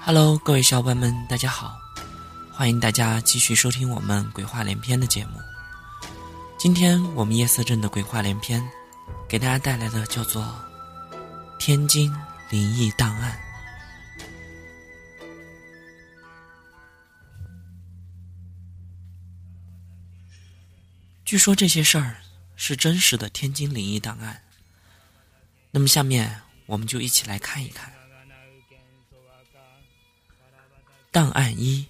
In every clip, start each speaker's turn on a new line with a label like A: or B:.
A: Hello， 各位小伙伴们，大家好，欢迎大家继续收听我们鬼话连篇的节目。今天我们夜色镇的鬼话连篇，给大家带来的叫做《天津灵异档案》。据说这些事儿是真实的天津灵异档案，那么下面我们就一起来看一看。档案一，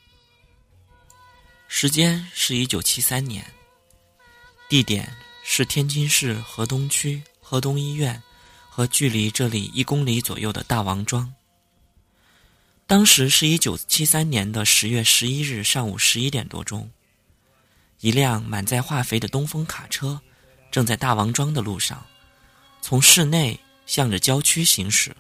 A: 时间是1973年，地点是天津市河东区河东医院和距离这里1公里左右的大王庄。当时是1973年的10月11日上午11点多钟，一辆满载化肥的东风卡车正在大王庄的路上，从市内向着郊区行驶。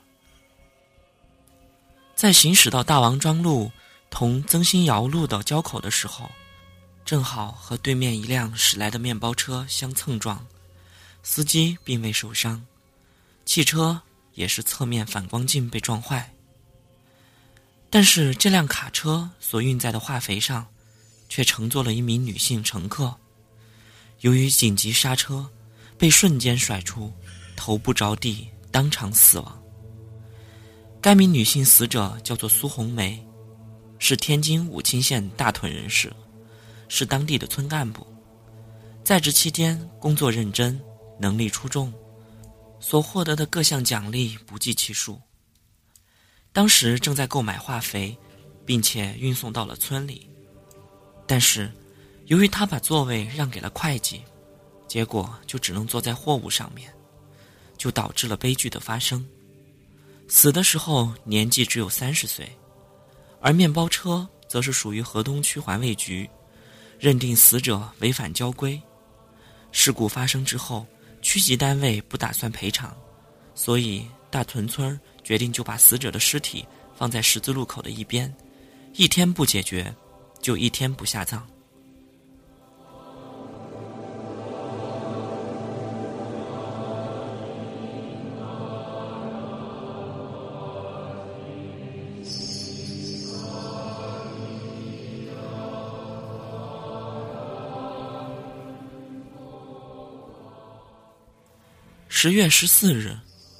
A: 在行驶到大王庄路同曾心窑路的交口的时候，正好和对面一辆驶来的面包车相蹭撞，司机并未受伤，汽车也是侧面反光镜被撞坏。但是这辆卡车所运载的化肥上却乘坐了一名女性乘客，由于紧急刹车，被瞬间甩出，头部着地，当场死亡。该名女性死者叫做苏红梅，是天津武清县大屯人士，是当地的村干部。在职期间工作认真，能力出众，所获得的各项奖励不计其数。当时正在购买化肥，并且运送到了村里，但是由于他把座位让给了会计，结果就只能坐在货物上面，就导致了悲剧的发生。死的时候年纪只有30岁，而面包车则是属于河东区环卫局，认定死者违反交规。事故发生之后，区级单位不打算赔偿，所以大屯村决定就把死者的尸体放在十字路口的一边，1天不解决，就1天不下葬。10月14日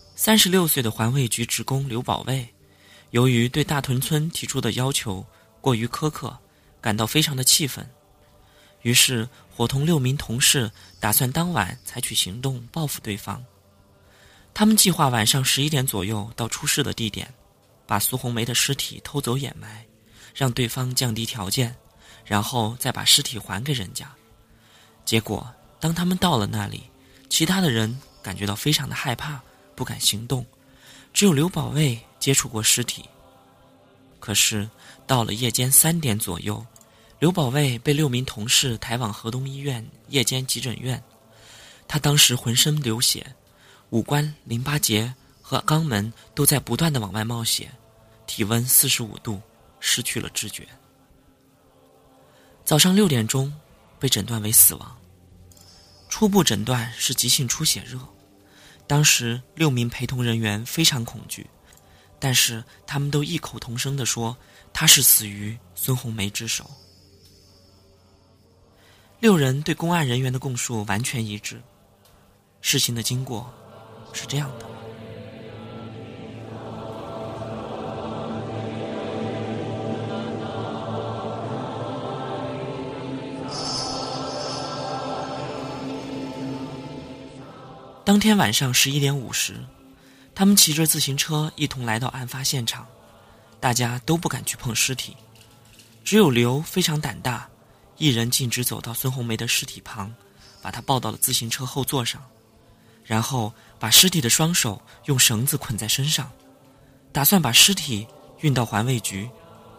A: ，36岁的环卫局职工刘保卫，由于对大屯村提出的要求过于苛刻，感到非常的气愤，于是伙同6名同事打算当晚采取行动报复对方。他们计划晚上11点左右到出事的地点，把苏红梅的尸体偷走掩埋，让对方降低条件，然后再把尸体还给人家。结果当他们到了那里，其他的人感觉到非常的害怕，不敢行动，只有刘保卫接触过尸体。可是到了夜间3点左右，刘保卫被6名同事抬往河东医院夜间急诊院。他当时浑身流血，五官、淋巴结和肛门都在不断的往外冒血，体温45度，失去了知觉。早上6点钟被诊断为死亡，初步诊断是急性出血热。当时6名陪同人员非常恐惧，但是他们都异口同声地说他是死于孙红梅之手。6人对公安人员的供述完全一致。事情的经过是这样的。当天晚上11点50，他们骑着自行车一同来到案发现场，大家都不敢去碰尸体，只有刘非常胆大，一人径直走到孙红梅的尸体旁，把她抱到了自行车后座上，然后把尸体的双手用绳子捆在身上，打算把尸体运到环卫局。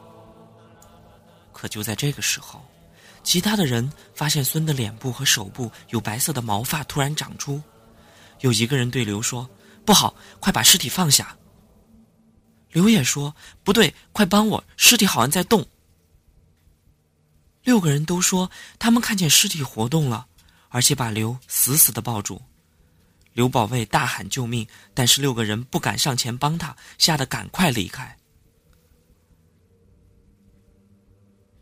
A: 可就在这个时候，其他的人发现孙的脸部和手部有白色的毛发突然长出，有一个人对刘说：“不好，快把尸体放下。”刘也说：“不对，快帮我，尸体好像在动。”6个人都说他们看见尸体活动了，而且把刘死死地抱住。刘保卫大喊救命，但是6个人不敢上前帮他，吓得赶快离开。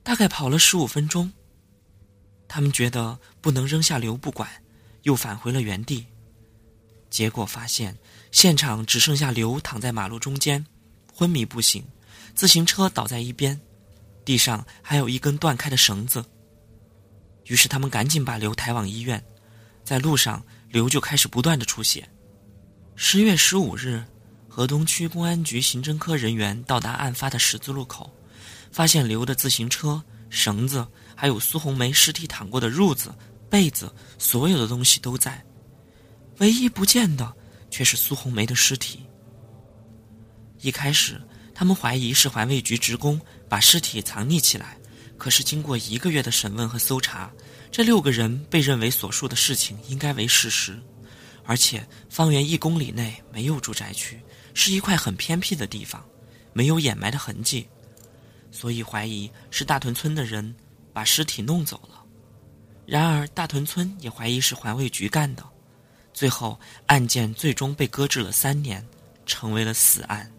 A: 大概跑了15分钟，他们觉得不能扔下刘不管，又返回了原地。结果发现现场只剩下刘躺在马路中间，昏迷不醒，自行车倒在一边，地上还有一根断开的绳子。于是他们赶紧把刘抬往医院，在路上刘就开始不断的出血。10月15日，河东区公安局刑侦科人员到达案发的十字路口，发现刘的自行车、绳子还有苏红梅尸体躺过的褥子、被子，所有的东西都在，唯一不见的却是苏红梅的尸体。一开始他们怀疑是环卫局职工把尸体藏匿起来，可是经过1个月的审问和搜查，这6个人被认为所述的事情应该为事实，而且方圆1公里内没有住宅区，是一块很偏僻的地方，没有掩埋的痕迹，所以怀疑是大屯村的人把尸体弄走了。然而大屯村也怀疑是环卫局干的，最后案件最终被搁置了3年，成为了死案。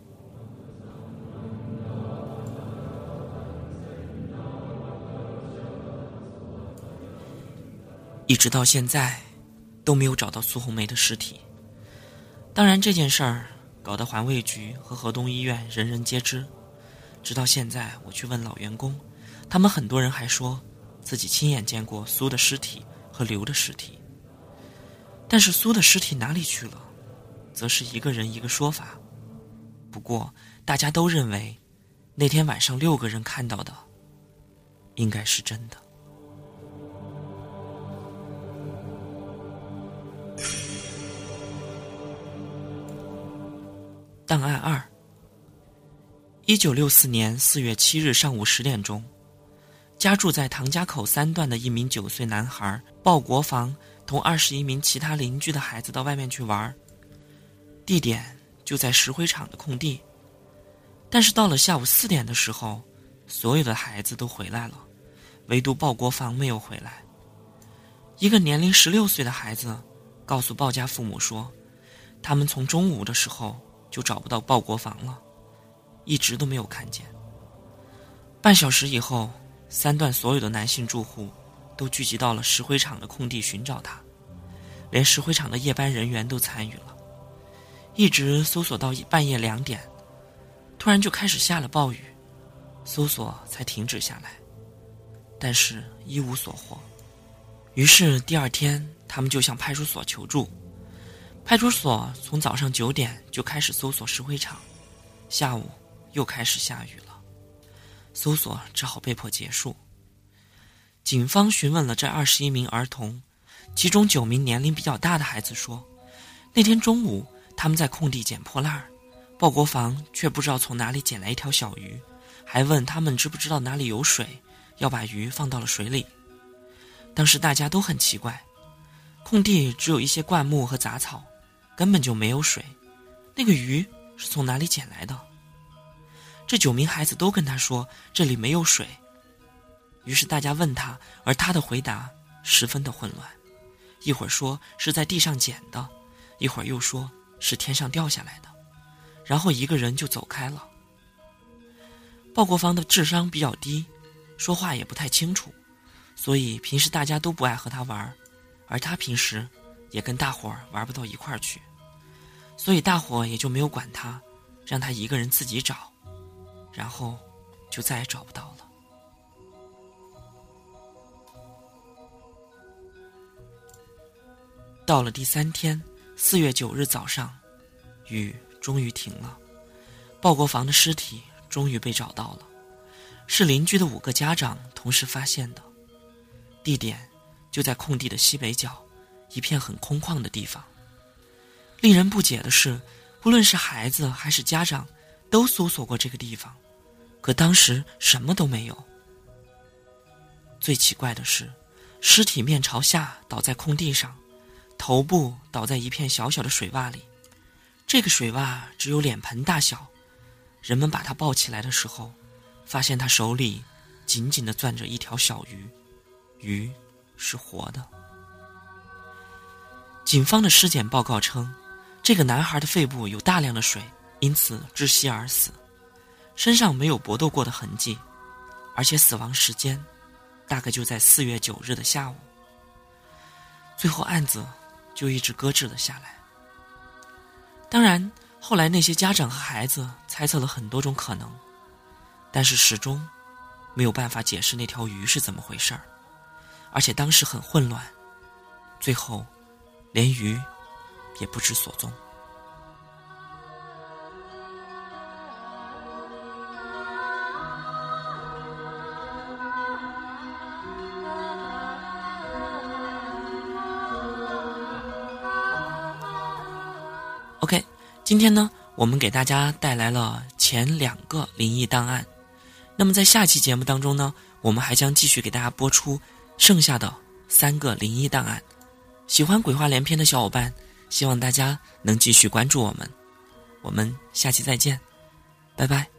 A: 一直到现在都没有找到苏红梅的尸体。当然这件事儿搞得环卫局和河东医院人人皆知，直到现在我去问老员工，他们很多人还说自己亲眼见过苏的尸体和刘的尸体。但是苏的尸体哪里去了，则是一个人一个说法。不过大家都认为那天晚上6个人看到的应该是真的。档案2 1964年4月7日上午10点钟，家住在唐家口3段的一名9岁男孩鲍国防同21名其他邻居的孩子到外面去玩，地点就在石灰场的空地。但是到了下午4点的时候，所有的孩子都回来了，唯独鲍国防没有回来。一个年龄16岁的孩子告诉鲍家父母说，他们从中午的时候就找不到鲍国防了，一直都没有看见。半小时以后，3段所有的男性住户都聚集到了石灰场的空地寻找他，连石灰场的夜班人员都参与了，一直搜索到半夜2点，突然就开始下了暴雨，搜索才停止下来，但是一无所获。于是第2天他们就向派出所求助，派出所从早上9点就开始搜索石灰场，下午又开始下雨了，搜索只好被迫结束。警方询问了这21名儿童，其中9名年龄比较大的孩子说，那天中午他们在空地捡破烂，鲍国防却不知道从哪里捡来一条小鱼，还问他们知不知道哪里有水，要把鱼放到了水里。当时大家都很奇怪，空地只有一些灌木和杂草，根本就没有水，那个鱼是从哪里捡来的？这9名孩子都跟他说这里没有水。于是大家问他，而他的回答十分的混乱，一会儿说是在地上捡的，一会儿又说是天上掉下来的，然后一个人就走开了。鲍国防的智商比较低，说话也不太清楚，所以平时大家都不爱和他玩，而他平时也跟大伙儿玩不到一块儿去，所以大伙也就没有管他，让他一个人自己找，然后就再也找不到了。到了第3天4月9日早上，雨终于停了，鲍国防的尸体终于被找到了，是邻居的5个家长同时发现的，地点就在空地的西北角，一片很空旷的地方。令人不解的是，无论是孩子还是家长都搜索过这个地方，可当时什么都没有。最奇怪的是，尸体面朝下倒在空地上，头部倒在一片小小的水洼里，这个水洼只有脸盆大小，人们把他抱起来的时候，发现他手里紧紧地攥着一条小鱼，鱼是活的。警方的尸检报告称，这个男孩的肺部有大量的水，因此窒息而死，身上没有搏斗过的痕迹， 而且死亡时间大概就在4月9日的下午。最后案子就一直搁置了下来。当然，后来那些家长和孩子猜测了很多种可能，但是始终没有办法解释那条鱼是怎么回事儿，而且当时很混乱，最后连鱼也不知所踪。OK， 今天呢，我们给大家带来了前2个灵异档案。那么在下期节目当中呢，我们还将继续给大家播出剩下的3个灵异档案。喜欢鬼话连篇的小伙伴，希望大家能继续关注我们。我们下期再见，拜拜。